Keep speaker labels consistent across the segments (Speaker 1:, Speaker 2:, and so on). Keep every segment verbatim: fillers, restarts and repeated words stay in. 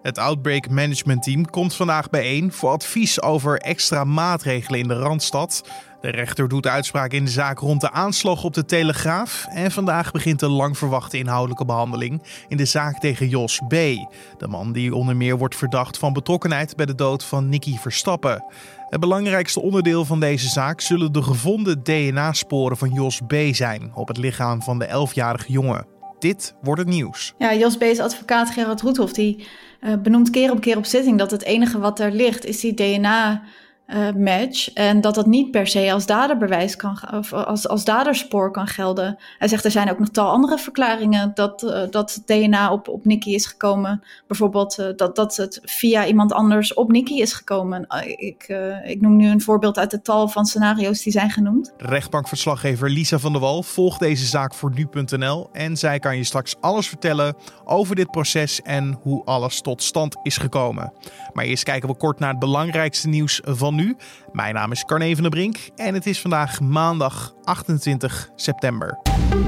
Speaker 1: Het Outbreak Management Team komt vandaag bijeen voor advies over extra maatregelen in de Randstad. De rechter doet uitspraak in de zaak rond de aanslag op de Telegraaf. En vandaag begint de lang verwachte inhoudelijke behandeling in de zaak tegen Jos B. De man die onder meer wordt verdacht van betrokkenheid bij de dood van Nicky Verstappen. Het belangrijkste onderdeel van deze zaak zullen de gevonden D N A-sporen van Jos B. zijn op het lichaam van de elfjarige jongen. Dit wordt het nieuws.
Speaker 2: Ja, Jos B's advocaat Gerard Roethoff die uh, benoemt keer op keer op zitting dat het enige wat er ligt is die D N A-match. Uh, en dat dat niet per se als daderbewijs kan of als, als daderspoor kan gelden. Hij zegt er zijn ook nog tal andere verklaringen dat, uh, dat het D N A op, op Nicky is gekomen. Bijvoorbeeld uh, dat, dat het via iemand anders op Nicky is gekomen. Uh, ik, uh, ik noem nu een voorbeeld uit de tal van scenario's die zijn genoemd.
Speaker 1: Rechtbankverslaggever Lisa van der Wal volgt deze zaak voor nu punt n l en zij kan je straks alles vertellen over dit proces en hoe alles tot stand is gekomen. Maar eerst kijken we kort naar het belangrijkste nieuws van nu. Mijn naam is Carne van der Brink en het is vandaag maandag achtentwintig september.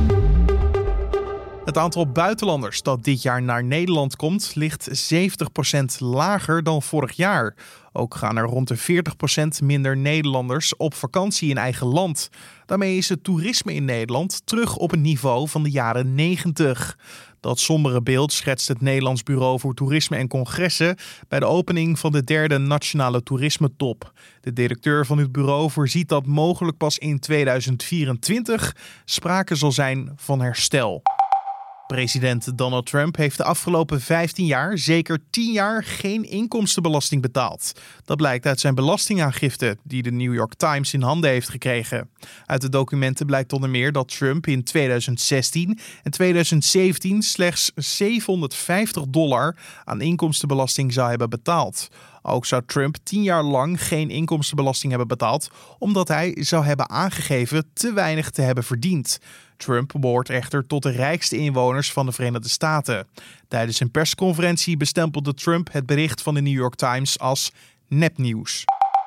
Speaker 1: Het aantal buitenlanders dat dit jaar naar Nederland komt ligt zeventig procent lager dan vorig jaar. Ook gaan er rond de veertig procent minder Nederlanders op vakantie in eigen land. Daarmee is het toerisme in Nederland terug op het niveau van de jaren negentig. Dat sombere beeld schetst het Nederlands Bureau voor Toerisme en Congressen bij de opening van de derde Nationale Toerisme-top. De directeur van het bureau voorziet dat mogelijk pas in tweeduizend vierentwintig sprake zal zijn van herstel. President Donald Trump heeft de afgelopen vijftien jaar zeker tien jaar geen inkomstenbelasting betaald. Dat blijkt uit zijn belastingaangifte die de New York Times in handen heeft gekregen. Uit de documenten blijkt onder meer dat Trump in tweeduizend zestien en tweeduizend zeventien slechts zevenhonderdvijftig dollar aan inkomstenbelasting zou hebben betaald. Ook zou Trump tien jaar lang geen inkomstenbelasting hebben betaald, omdat hij zou hebben aangegeven te weinig te hebben verdiend. Trump behoort echter tot de rijkste inwoners van de Verenigde Staten. Tijdens een persconferentie bestempelde Trump het bericht van de New York Times als nepnieuws.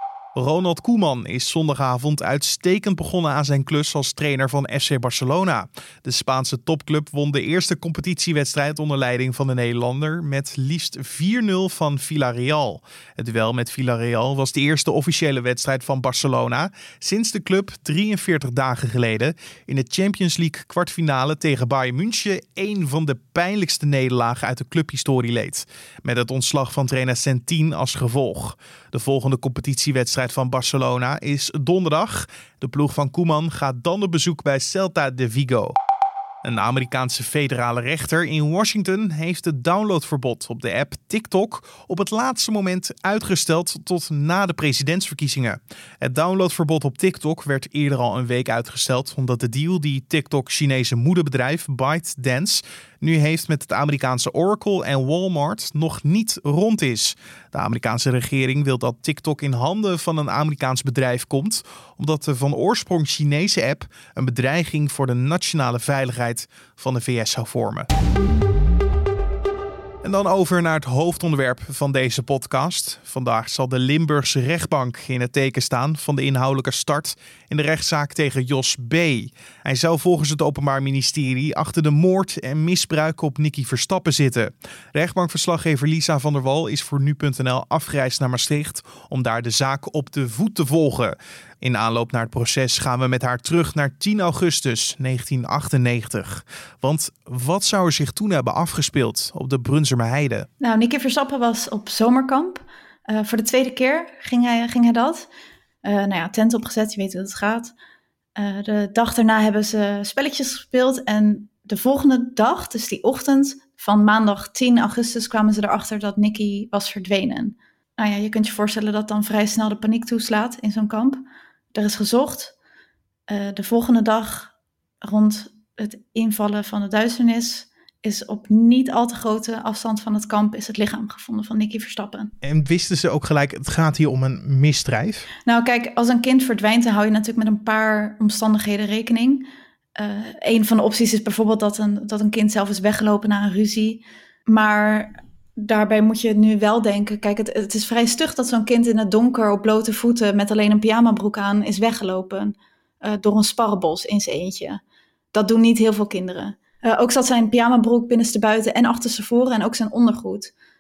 Speaker 1: Ronald Koeman is zondagavond uitstekend begonnen aan zijn klus als trainer van F C Barcelona. De Spaanse topclub won de eerste competitiewedstrijd onder leiding van de Nederlander met liefst vier nul van Villarreal. Het duel met Villarreal was de eerste officiële wedstrijd van Barcelona sinds de club drieënveertig dagen geleden in de Champions League kwartfinale tegen Bayern München een van de pijnlijkste nederlagen uit de clubhistorie leed. Met het ontslag van trainer Centín als gevolg. De volgende competitiewedstrijd van Barcelona is donderdag. De ploeg van Koeman gaat dan op bezoek bij Celta de Vigo. Een Amerikaanse federale rechter in Washington heeft het downloadverbod op de app TikTok op het laatste moment uitgesteld tot na de presidentsverkiezingen. Het downloadverbod op TikTok werd eerder al een week uitgesteld omdat de deal die TikTok-Chinese moederbedrijf ByteDance nu heeft met het Amerikaanse Oracle en Walmart nog niet rond is. De Amerikaanse regering wil dat TikTok in handen van een Amerikaans bedrijf komt, omdat de van oorsprong Chinese app een bedreiging voor de nationale veiligheid van de V S zou vormen. En dan over naar het hoofdonderwerp van deze podcast. Vandaag zal de Limburgse rechtbank in het teken staan van de inhoudelijke start in de rechtszaak tegen Jos B. Hij zou volgens het Openbaar Ministerie achter de moord en misbruik op Nicky Verstappen zitten. Rechtbankverslaggever Lisa van der Wal is voor nu punt n l afgereisd naar Maastricht om daar de zaak op de voet te volgen. In aanloop naar het proces gaan we met haar terug naar tien augustus negentien achtennegentig. Want wat zou er zich toen hebben afgespeeld op de Brunsumer Heide?
Speaker 2: Nou, Nicky Verstappen was op zomerkamp. Uh, voor de tweede keer ging hij, ging hij dat. Uh, nou ja, tent opgezet, je weet hoe het gaat. Uh, de dag daarna hebben ze spelletjes gespeeld. En de volgende dag, dus die ochtend van maandag tien augustus, kwamen ze erachter dat Nicky was verdwenen. Nou ja, je kunt je voorstellen dat dan vrij snel de paniek toeslaat in zo'n kamp. Er is gezocht. Uh, de volgende dag, rond het invallen van de duisternis, is op niet al te grote afstand van het kamp is het lichaam gevonden van Nicky Verstappen.
Speaker 1: En wisten ze ook gelijk, het gaat hier om een misdrijf?
Speaker 2: Nou kijk, als een kind verdwijnt, dan hou je natuurlijk met een paar omstandigheden rekening. Uh, een van de opties is bijvoorbeeld dat een, dat een kind zelf is weggelopen na een ruzie. Maar daarbij moet je nu wel denken, kijk, het, het is vrij stug dat zo'n kind in het donker op blote voeten met alleen een pyjamabroek aan is weggelopen uh, door een sparrenbos in zijn eentje. Dat doen niet heel veel kinderen. Uh, ook zat zijn pyjamabroek binnenstebuiten en achterstevoren en ook zijn ondergoed.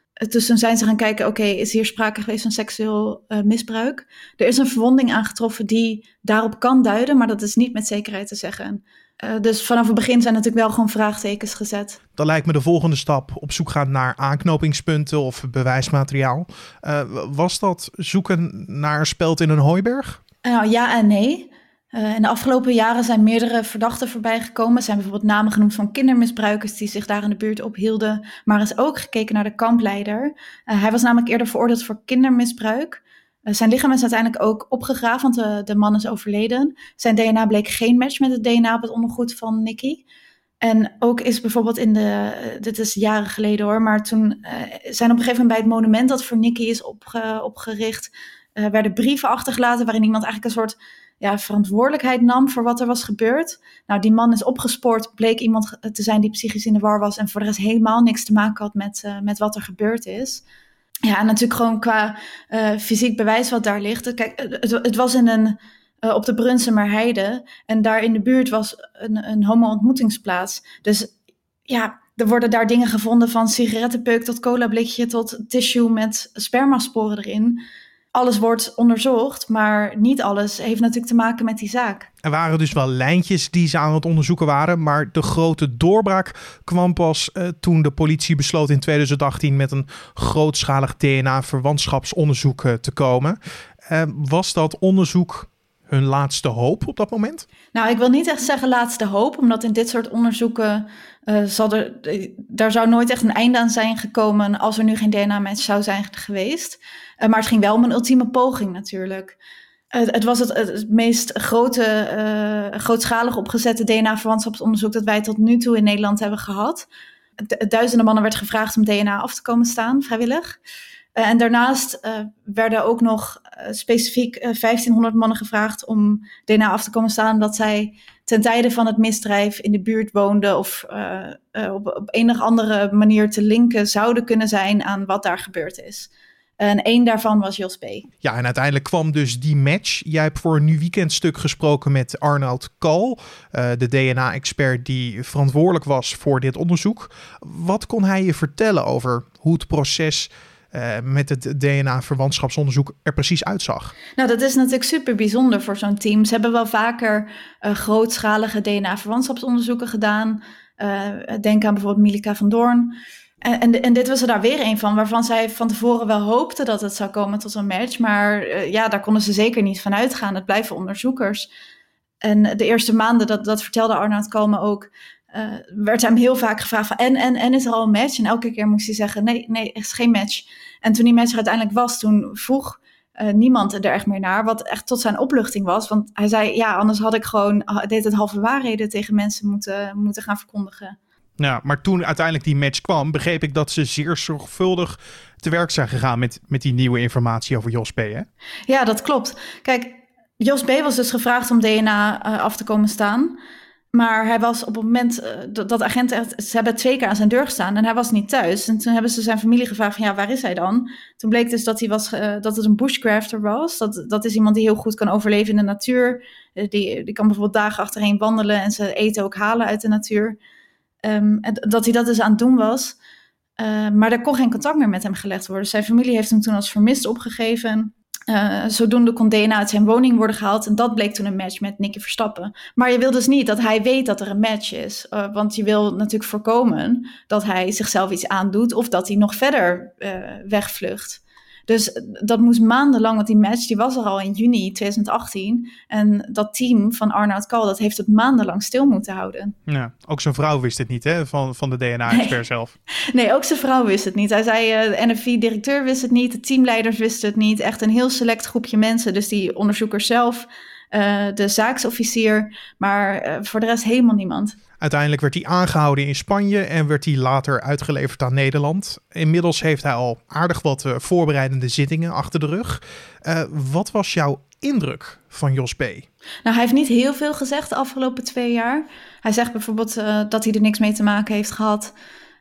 Speaker 2: Dus toen zijn ze gaan kijken, oké, okay, is hier sprake geweest van seksueel uh, misbruik? Er is een verwonding aangetroffen die daarop kan duiden, maar dat is niet met zekerheid te zeggen. Uh, dus vanaf het begin zijn natuurlijk wel gewoon vraagtekens gezet.
Speaker 1: Dan lijkt me de volgende stap op zoek gaan naar aanknopingspunten of bewijsmateriaal. Uh, was dat zoeken naar een speld in een hooiberg?
Speaker 2: Nou, ja en nee. Uh, in de afgelopen jaren zijn meerdere verdachten voorbijgekomen. Er zijn bijvoorbeeld namen genoemd van kindermisbruikers die zich daar in de buurt ophielden. Maar er is ook gekeken naar de kampleider. Uh, hij was namelijk eerder veroordeeld voor kindermisbruik. Uh, zijn lichaam is uiteindelijk ook opgegraven, want de, de man is overleden. Zijn D N A bleek geen match met het D N A op het ondergoed van Nicky. En ook is bijvoorbeeld in de, uh, dit is jaren geleden hoor, maar toen uh, zijn op een gegeven moment bij het monument dat voor Nicky is opge, opgericht, uh, werden brieven achtergelaten waarin iemand eigenlijk een soort ja, verantwoordelijkheid nam voor wat er was gebeurd. Nou, die man is opgespoord, bleek iemand te zijn die psychisch in de war was en voor de rest helemaal niks te maken had met, uh, met wat er gebeurd is. Ja, en natuurlijk gewoon qua uh, fysiek bewijs wat daar ligt. Kijk, het, het was in een, uh, op de Brunsumerheide en daar in de buurt was een, een homo-ontmoetingsplaats. Dus ja, er worden daar dingen gevonden van sigarettenpeuk tot colablikje tot tissue met spermasporen erin. Alles wordt onderzocht, maar niet alles heeft natuurlijk te maken met die zaak.
Speaker 1: Er waren dus wel lijntjes die ze aan het onderzoeken waren, maar de grote doorbraak kwam pas uh, toen de politie besloot in twintig achttien met een grootschalig D N A-verwantschapsonderzoek uh, te komen. Uh, was dat onderzoek hun laatste hoop op dat moment?
Speaker 2: Nou, ik wil niet echt zeggen laatste hoop, omdat in dit soort onderzoeken uh, zal er, daar zou nooit echt een einde aan zijn gekomen als er nu geen D N A-match zou zijn geweest. Uh, maar het ging wel om een ultieme poging natuurlijk. Uh, het was het, het meest grote, uh, grootschalig opgezette D N A-verwantschapsonderzoek dat wij tot nu toe in Nederland hebben gehad. Du- duizenden mannen werd gevraagd om D N A af te komen staan, vrijwillig. Uh, en daarnaast uh, werden ook nog uh, specifiek uh, vijftienhonderd mannen gevraagd om D N A af te komen staan, omdat zij ten tijde van het misdrijf in de buurt woonden of uh, uh, op, op enige andere manier te linken zouden kunnen zijn aan wat daar gebeurd is. En één daarvan was Jos B.
Speaker 1: Ja, en uiteindelijk kwam dus die match. Jij hebt voor een Nu Weekend stuk gesproken met Arnoud Kal, uh, de D N A-expert die verantwoordelijk was voor dit onderzoek. Wat kon hij je vertellen over hoe het proces Uh, met het D N A-verwantschapsonderzoek er precies uitzag?
Speaker 2: Nou, dat is natuurlijk super bijzonder voor zo'n team. Ze hebben wel vaker uh, grootschalige D N A-verwantschapsonderzoeken gedaan. Uh, denk aan bijvoorbeeld Milica van Doorn. En, en, en dit was er daar weer een van, waarvan zij van tevoren wel hoopten dat het zou komen tot een match. Maar uh, ja, daar konden ze zeker niet van uitgaan. Het blijven onderzoekers. En de eerste maanden, dat, dat vertelde Arnoud Kalme ook, Uh, werd hem heel vaak gevraagd van en, en, en is er al een match? En elke keer moest hij zeggen nee, nee, er is geen match. En toen die match er uiteindelijk was, toen vroeg uh, niemand er echt meer naar, wat echt tot zijn opluchting was. Want hij zei, ja, anders had ik gewoon deed het halve waarheden tegen mensen moeten, moeten gaan verkondigen.
Speaker 1: Ja, maar toen uiteindelijk die match kwam, begreep ik dat ze zeer zorgvuldig te werk zijn gegaan met, met die nieuwe informatie over Jos B. Hè?
Speaker 2: Ja, dat klopt. Kijk, Jos B. was dus gevraagd om D N A uh, af te komen staan. Maar hij was op het moment uh, dat, dat agenten echt, ze hebben twee keer aan zijn deur gestaan en hij was niet thuis. En toen hebben ze zijn familie gevraagd van ja, waar is hij dan? Toen bleek dus dat hij was, uh, dat het een bushcrafter was. Dat, dat is iemand die heel goed kan overleven in de natuur. Uh, die, die kan bijvoorbeeld dagen achtereen wandelen en ze eten ook halen uit de natuur. Um, en dat hij dat dus aan het doen was. Uh, maar er kon geen contact meer met hem gelegd worden. Zijn familie heeft hem toen als vermist opgegeven. Uh, zodoende kon D N A uit zijn woning worden gehaald. En dat bleek toen een match met Nicky Verstappen. Maar je wil dus niet dat hij weet dat er een match is. Uh, want je wil natuurlijk voorkomen dat hij zichzelf iets aandoet. Of dat hij nog verder uh, wegvlucht. Dus dat moest maandenlang, want die match die was er al in juni twintig achttien. En dat team van Arnoud Kal, dat heeft het maandenlang stil moeten houden.
Speaker 1: Ja, ook zijn vrouw wist het niet, hè, van, van de D N A-expert nee. zelf.
Speaker 2: Nee, ook zijn vrouw wist het niet. Hij zei, uh, de N F I-directeur wist het niet, de teamleiders wisten het niet. Echt een heel select groepje mensen, dus die onderzoekers zelf, uh, de zaaksofficier, maar uh, voor de rest helemaal niemand.
Speaker 1: Uiteindelijk werd hij aangehouden in Spanje en werd hij later uitgeleverd aan Nederland. Inmiddels heeft hij al aardig wat uh, voorbereidende zittingen achter de rug. Uh, wat was jouw indruk van Jos B?
Speaker 2: Nou, hij heeft niet heel veel gezegd de afgelopen twee jaar. Hij zegt bijvoorbeeld uh, dat hij er niks mee te maken heeft gehad.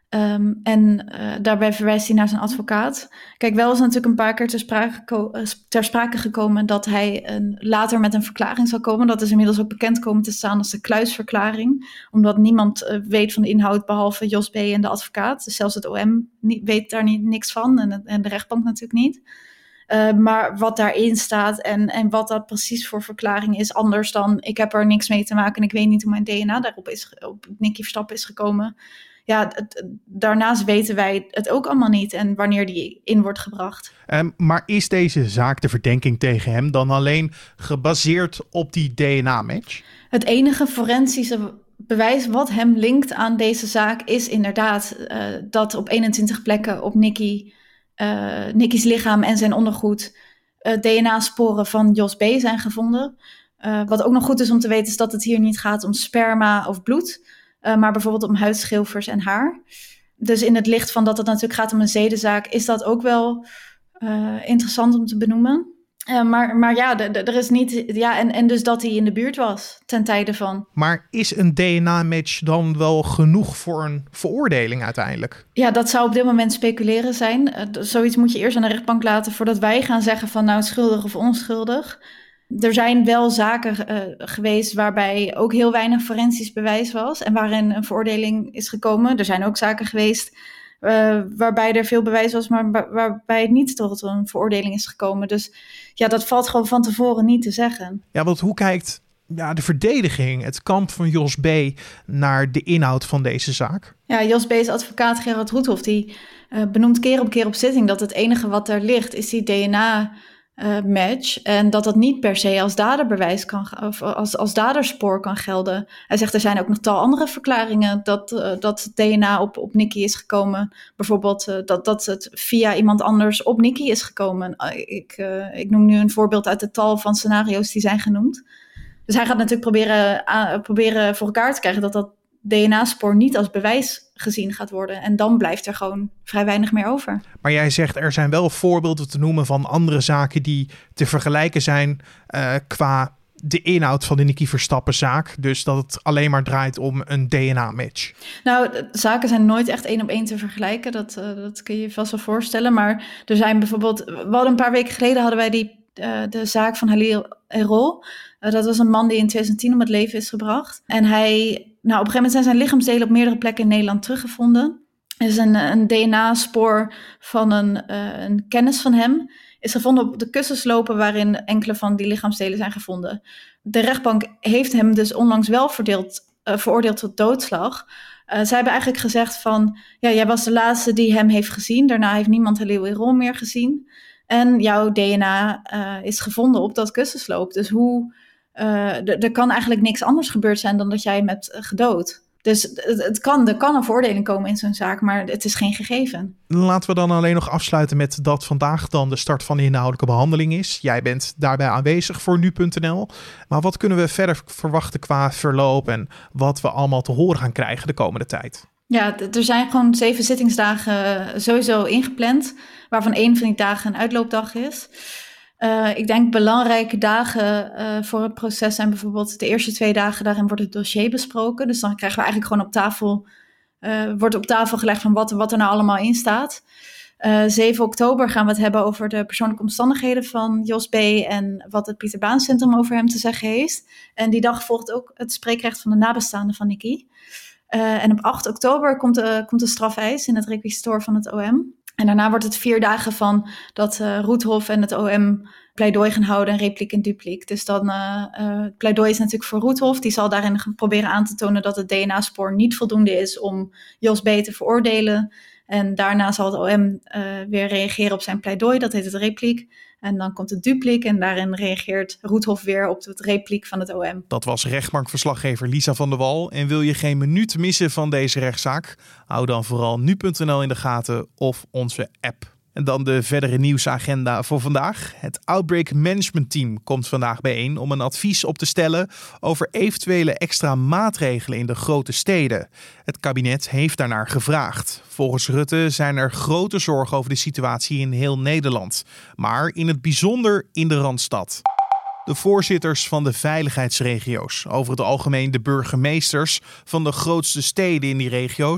Speaker 2: Um, en uh, daarbij verwijst hij naar zijn advocaat. Kijk, wel is natuurlijk een paar keer ter sprake, geko- ter sprake gekomen dat hij een, later met een verklaring zal komen. Dat is inmiddels ook bekend komen te staan als de kluisverklaring. Omdat niemand uh, weet van de inhoud behalve Jos B. en de advocaat. Dus zelfs het O M niet, weet daar niet, niks van en, en de rechtbank natuurlijk niet. Uh, maar wat daarin staat en, en wat dat precies voor verklaring is, anders dan ik heb er niks mee te maken en ik weet niet hoe mijn D N A daarop is, op Nicky Verstappen is gekomen. Ja, het, daarnaast weten wij het ook allemaal niet en wanneer die in wordt gebracht.
Speaker 1: Um, maar is deze zaak, de verdenking tegen hem, dan alleen gebaseerd op die D N A-match?
Speaker 2: Het enige forensische bewijs wat hem linkt aan deze zaak is inderdaad uh, dat op eenentwintig plekken op Nicky, uh, Nicky's lichaam en zijn ondergoed uh, D N A-sporen van Jos B. zijn gevonden. Uh, wat ook nog goed is om te weten is dat het hier niet gaat om sperma of bloed, Uh, maar bijvoorbeeld om huidschilfers en haar. Dus in het licht van dat het natuurlijk gaat om een zedenzaak, is dat ook wel uh, interessant om te benoemen. Uh, maar, maar ja, d- d- er is niet. Ja, en, en dus dat hij in de buurt was ten tijde van.
Speaker 1: Maar is een D N A-match dan wel genoeg voor een veroordeling uiteindelijk?
Speaker 2: Ja, dat zou op dit moment speculeren zijn. Uh, zoiets moet je eerst aan de rechtbank laten voordat wij gaan zeggen van nou schuldig of onschuldig. Er zijn wel zaken uh, geweest waarbij ook heel weinig forensisch bewijs was en waarin een veroordeling is gekomen. Er zijn ook zaken geweest uh, waarbij er veel bewijs was, maar waar, waarbij het niet tot een veroordeling is gekomen. Dus ja, dat valt gewoon van tevoren niet te zeggen.
Speaker 1: Ja, want hoe kijkt ja, de verdediging, het kamp van Jos B. naar de inhoud van deze zaak?
Speaker 2: Ja, Jos B's advocaat Gerard Roethoff, die uh, benoemt keer op keer op zitting dat het enige wat er ligt is die D N A Uh, match en dat dat niet per se als daderbewijs kan of als, als daderspoor kan gelden. Hij zegt er zijn ook nog tal andere verklaringen dat, uh, dat het D N A op, op Nicky is gekomen. Bijvoorbeeld uh, dat, dat het via iemand anders op Nicky is gekomen. Uh, ik, uh, ik noem nu een voorbeeld uit de tal van scenario's die zijn genoemd. Dus hij gaat natuurlijk proberen, uh, proberen voor elkaar te krijgen dat dat D N A-spoor niet als bewijs gezien gaat worden. En dan blijft er gewoon vrij weinig meer over.
Speaker 1: Maar jij zegt er zijn wel voorbeelden te noemen van andere zaken die te vergelijken zijn uh, qua de inhoud van de Nicky Verstappen zaak. Dus dat het alleen maar draait om een D N A-match.
Speaker 2: Nou, de zaken zijn nooit echt één op één te vergelijken. Dat, uh, dat kun je je vast wel voorstellen. Maar er zijn bijvoorbeeld, we hadden een paar weken geleden hadden wij die, uh, de zaak van Halil Erol. Uh, dat was een man die in twintig tien om het leven is gebracht. En hij, nou op een gegeven moment zijn zijn lichaamsdelen op meerdere plekken in Nederland teruggevonden. Er is een, een D N A-spoor van een, uh, een kennis van hem is gevonden op de kussenslopen waarin enkele van die lichaamsdelen zijn gevonden. De rechtbank heeft hem dus onlangs wel verdeeld, uh, veroordeeld tot doodslag. Uh, zij hebben eigenlijk gezegd van, ja, jij was de laatste die hem heeft gezien. Daarna heeft niemand Halil Erol meer gezien. En jouw D N A uh, is gevonden op dat kussensloop. Dus hoe, uh, er kan eigenlijk niks anders gebeurd zijn dan dat jij hem hebt uh, gedood. Dus het, het kan, er kan een veroordeling komen in zo'n zaak, maar het is geen gegeven.
Speaker 1: Laten we dan alleen nog afsluiten met dat vandaag dan de start van de inhoudelijke behandeling is. Jij bent daarbij aanwezig voor nu punt n l. Maar wat kunnen we verder verwachten qua verloop en wat we allemaal te horen gaan krijgen de komende tijd?
Speaker 2: Ja, er zijn gewoon zeven zittingsdagen sowieso ingepland, waarvan één van die dagen een uitloopdag is. Uh, ik denk belangrijke dagen uh, voor het proces zijn bijvoorbeeld de eerste twee dagen, daarin wordt het dossier besproken. Dus dan krijgen we eigenlijk gewoon op tafel, uh, wordt op tafel gelegd van wat, wat er nou allemaal in staat. Uh, zeven oktober gaan we het hebben over de persoonlijke omstandigheden van Jos B. en wat het Pieter Baan Centrum over hem te zeggen heeft. En die dag volgt ook het spreekrecht van de nabestaanden van Nicky. Uh, en op acht oktober komt de, komt de strafeis in het requisitor van het O M. En daarna wordt het vier dagen van dat uh, Roethoff en het O M pleidooi gaan houden en repliek en dupliek. Dus dan, uh, uh, het pleidooi is natuurlijk voor Roethoff. Die zal daarin gaan proberen aan te tonen dat het D N A-spoor niet voldoende is om Jos B. te veroordelen. En daarna zal het O M uh, weer reageren op zijn pleidooi. Dat heet het repliek. En dan komt het dupliek en daarin reageert Roethoff weer op het repliek van het O M.
Speaker 1: Dat was rechtbankverslaggever Lisa van der Wal. En wil je geen minuut missen van deze rechtszaak? Hou dan vooral nu punt n l in de gaten of onze app. En dan de verdere nieuwsagenda voor vandaag. Het Outbreak Management Team komt vandaag bijeen om een advies op te stellen over eventuele extra maatregelen in de grote steden. Het kabinet heeft daarnaar gevraagd. Volgens Rutte zijn er grote zorgen over de situatie in heel Nederland, maar in het bijzonder in de Randstad. De voorzitters van de veiligheidsregio's, over het algemeen de burgemeesters van de grootste steden in die regio's,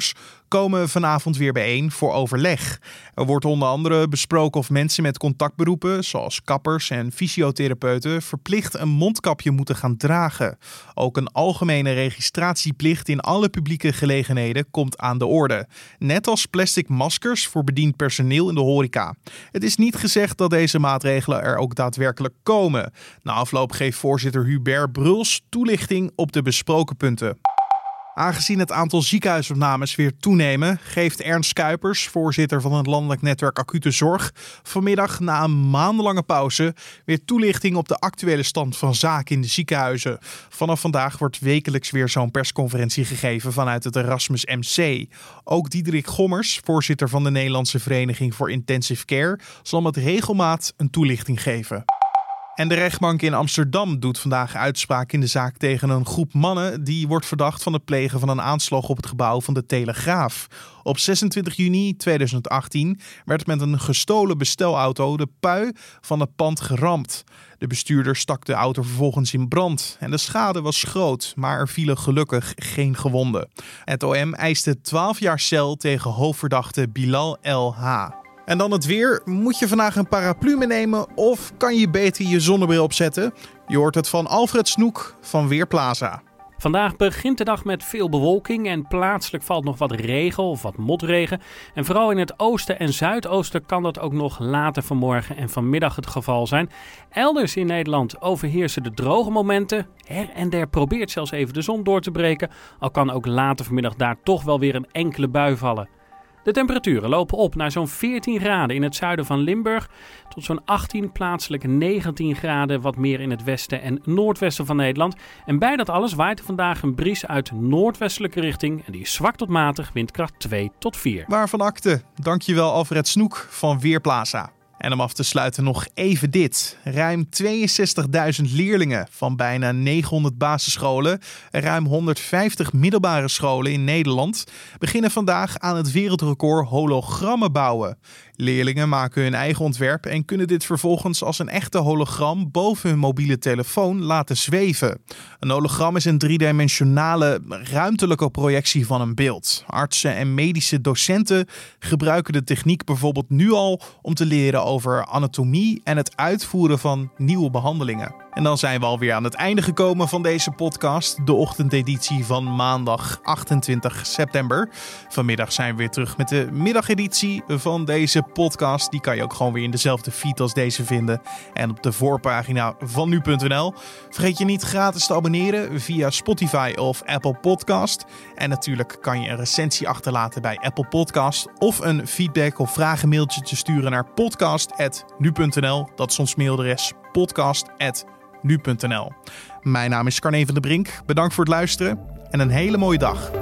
Speaker 1: komen vanavond weer bijeen voor overleg. Er wordt onder andere besproken of mensen met contactberoepen, zoals kappers en fysiotherapeuten, verplicht een mondkapje moeten gaan dragen. Ook een algemene registratieplicht in alle publieke gelegenheden komt aan de orde. Net als plastic maskers voor bediend personeel in de horeca. Het is niet gezegd dat deze maatregelen er ook daadwerkelijk komen. Na afloop geeft voorzitter Hubert Bruls toelichting op de besproken punten. Aangezien het aantal ziekenhuisopnames weer toenemen, geeft Ernst Kuipers, voorzitter van het landelijk netwerk Acute Zorg, vanmiddag na een maandenlange pauze weer toelichting op de actuele stand van zaken in de ziekenhuizen. Vanaf vandaag wordt wekelijks weer zo'n persconferentie gegeven vanuit het Erasmus M C. Ook Diederik Gommers, voorzitter van de Nederlandse Vereniging voor Intensive Care, zal met regelmaat een toelichting geven. En de rechtbank in Amsterdam doet vandaag uitspraak in de zaak tegen een groep mannen die wordt verdacht van het plegen van een aanslag op het gebouw van de Telegraaf. Op zesentwintig juni tweeduizend achttien werd met een gestolen bestelauto de pui van het pand geramd. De bestuurder stak de auto vervolgens in brand en de schade was groot, maar er vielen gelukkig geen gewonden. Het O M eiste twaalf jaar cel tegen hoofdverdachte Bilal El H. En dan het weer. Moet je vandaag een paraplu meenemen of kan je beter je zonnebril opzetten? Je hoort het van Alfred Snoek van Weerplaza.
Speaker 3: Vandaag begint de dag met veel bewolking en plaatselijk valt nog wat regen of wat motregen. En vooral in het oosten en zuidoosten kan dat ook nog later vanmorgen en vanmiddag het geval zijn. Elders in Nederland overheersen de droge momenten. Her en der probeert zelfs even de zon door te breken. Al kan ook later vanmiddag daar toch wel weer een enkele bui vallen. De temperaturen lopen op naar zo'n veertien graden in het zuiden van Limburg tot zo'n achttien, plaatselijk negentien graden wat meer in het westen en noordwesten van Nederland. En bij dat alles waait er vandaag een bries uit noordwestelijke richting en die is zwak tot matig, windkracht twee tot vier.
Speaker 1: Waarvan akte. Dankjewel Alfred Snoek van Weerplaza. En om af te sluiten nog even dit. Ruim tweeënzestigduizend leerlingen van bijna negenhonderd basisscholen en ruim honderdvijftig middelbare scholen in Nederland beginnen vandaag aan het wereldrecord hologrammen bouwen. Leerlingen maken hun eigen ontwerp en kunnen dit vervolgens als een echte hologram boven hun mobiele telefoon laten zweven. Een hologram is een driedimensionale ruimtelijke projectie van een beeld. Artsen en medische docenten gebruiken de techniek bijvoorbeeld nu al om te leren over anatomie en het uitvoeren van nieuwe behandelingen. En dan zijn we alweer aan het einde gekomen van deze podcast, de ochtendeditie van maandag achtentwintig september. Vanmiddag zijn we weer terug met de middageditie van deze podcast. Die kan je ook gewoon weer in dezelfde feed als deze vinden en op de voorpagina van nu punt n l. Vergeet je niet gratis te abonneren via Spotify of Apple Podcast. En natuurlijk kan je een recensie achterlaten bij Apple Podcast of een feedback of vragenmailtje te sturen naar podcast apenstaartje nu punt n l. Dat is ons mailadres podcast apenstaartje nu punt n l. Mijn naam is Carne van der Brink. Bedankt voor het luisteren en een hele mooie dag.